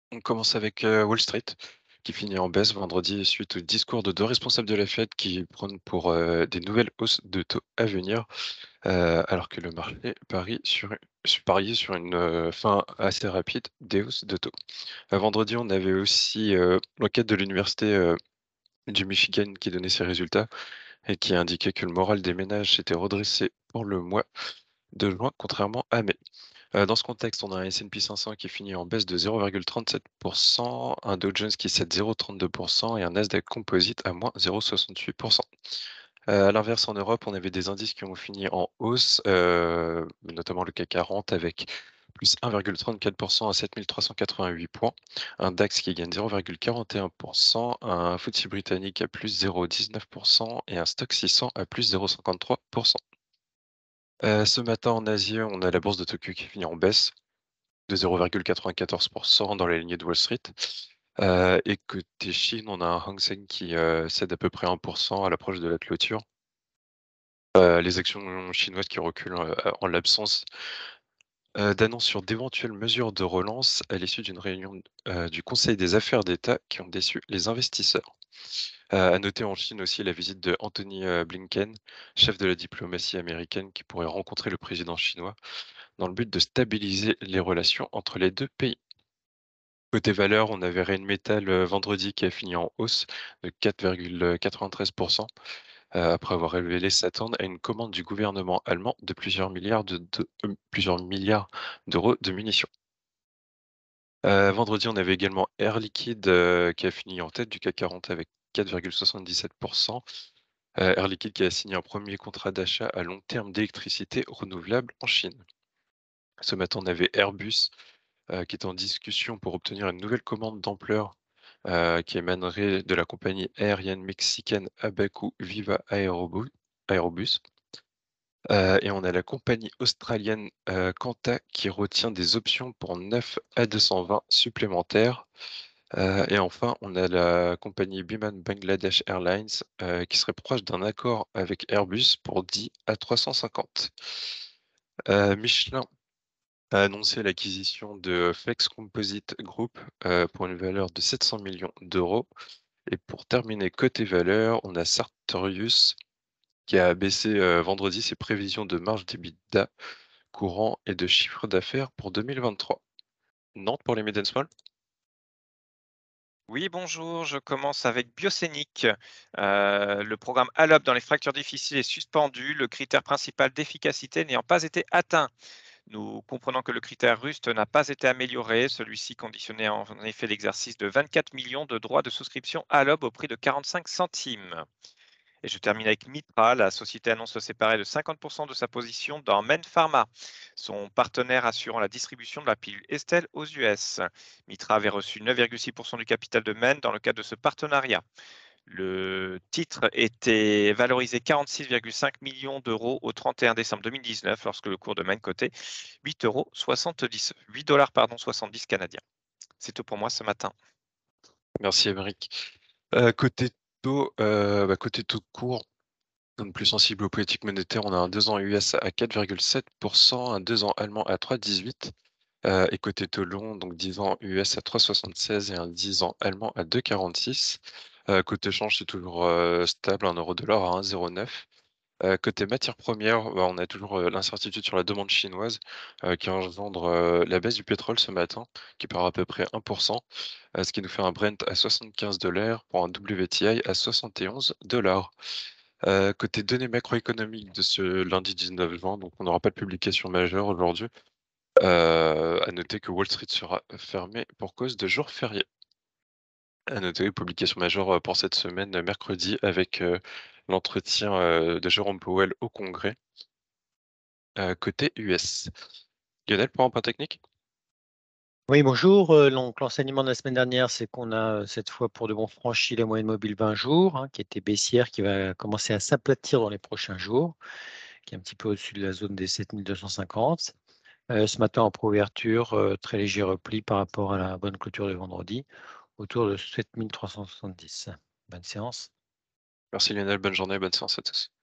On commence avec Wall Street, qui finit en baisse vendredi suite au discours de deux responsables de la Fed qui prônent pour des nouvelles hausses de taux à venir, alors que le marché pariait sur une fin assez rapide des hausses de taux. Vendredi, on avait aussi l'enquête de l'université du Michigan qui donnait ses résultats et qui indiquait que le moral des ménages s'était redressé pour le mois de juin, contrairement à mai. Dans ce contexte, on a un S&P 500 qui finit en baisse de 0,37%, un Dow Jones qui cède 0,32% et un Nasdaq Composite à moins 0,68%. À l'inverse, en Europe, on avait des indices qui ont fini en hausse, notamment le CAC 40 avec plus 1,34% à 7 388 points, un DAX qui gagne 0,41%, un FTSE britannique à plus 0,19% et un Stoxx 600 à plus 0,53%. Ce matin en Asie, on a la bourse de Tokyo qui finit en baisse de 0,94% dans la lignée de Wall Street. Et côté Chine, on a un Hang Seng qui, cède à peu près 1% à l'approche de la clôture. Les actions chinoises qui reculent, en l'absence, d'annonces sur d'éventuelles mesures de relance à l'issue d'une réunion, du Conseil des affaires d'État qui ont déçu les investisseurs. À noter en Chine aussi la visite de Anthony, Blinken, chef de la diplomatie américaine qui pourrait rencontrer le président chinois dans le but de stabiliser les relations entre les 2 pays. Côté valeur, on avait Rheinmetall, vendredi qui a fini en hausse de 4,93%, après avoir révélé s'attendre à une commande du gouvernement allemand de plusieurs milliards d'euros de munitions. Vendredi, on avait également Air Liquide, qui a fini en tête du CAC 40 avec 4,77%. Air Liquide qui a signé un premier contrat d'achat à long terme d'électricité renouvelable en Chine. Ce matin, on avait Airbus, qui est en discussion pour obtenir une nouvelle commande d'ampleur, qui émanerait de la compagnie aérienne mexicaine Abacu Viva Aerobus. Et on a la compagnie australienne, Qantas qui retient des options pour 9 A220 supplémentaires. Et enfin, on a la compagnie Biman Bangladesh Airlines, qui serait proche d'un accord avec Airbus pour 10 A350. Michelin a annoncé l'acquisition de Flex Composite Group, pour une valeur de 700 millions d'euros. Et pour terminer côté valeur, on a Sartorius qui a baissé, vendredi ses prévisions de marge d'EBITDA courant et de chiffre d'affaires pour 2023. Nantes pour les mid and small? Oui, bonjour, je commence avec Biocénic. Le programme ALOP dans les fractures difficiles est suspendu, le critère principal d'efficacité n'ayant pas été atteint. Nous comprenons que le critère RUST n'a pas été amélioré. Celui-ci conditionnait en effet l'exercice de 24 millions de droits de souscription ALOP au prix de 45 centimes. Et je termine avec Mitra. La société annonce se séparer de 50% de sa position dans Men Pharma, son partenaire assurant la distribution de la pilule Estelle aux US. Mitra avait reçu 9,6% du capital de Men dans le cadre de ce partenariat. Le titre était valorisé 46,5 millions d'euros au 31 décembre 2019 lorsque le cours de Men cotait 8,70 €, 8 $ pardon, 70 canadiens. C'est tout pour moi ce matin. Merci Aymeric. Côté taux, côté taux court, donc plus sensible aux politiques monétaires, on a un 2 ans US à 4,7%, un 2 ans allemand à 3,18. Et côté taux long, donc 10 ans US à 3,76 et un 10 ans allemand à 2,46. Côté change, c'est toujours, stable, un euro dollar à 1,09. Côté matières premières, on a toujours, l'incertitude sur la demande chinoise, qui engendre, la baisse du pétrole ce matin, qui perd à peu près 1%, ce qui nous fait un Brent à 75 pour un WTI à 71. Côté données macroéconomiques de ce lundi 19 juin, donc on n'aura pas de publication majeure aujourd'hui. À noter que Wall Street sera fermé pour cause de jour férié. À noter, publication majeure, pour cette semaine, mercredi avec, l'entretien, de Jérôme Powell au Congrès, côté US. Lionel, pour un point technique? Oui, bonjour. Donc, l'enseignement de la semaine dernière, c'est qu'on a cette fois pour de bon franchi la moyenne mobile 20 jours, hein, qui était baissière, qui va commencer à s'aplatir dans les prochains jours, qui est un petit peu au-dessus de la zone des 7250. Ce matin, en pro-ouverture, très léger repli par rapport à la bonne clôture de vendredi, autour de 7370. Bonne séance. Merci Lionel, bonne journée, bonne séance à tous.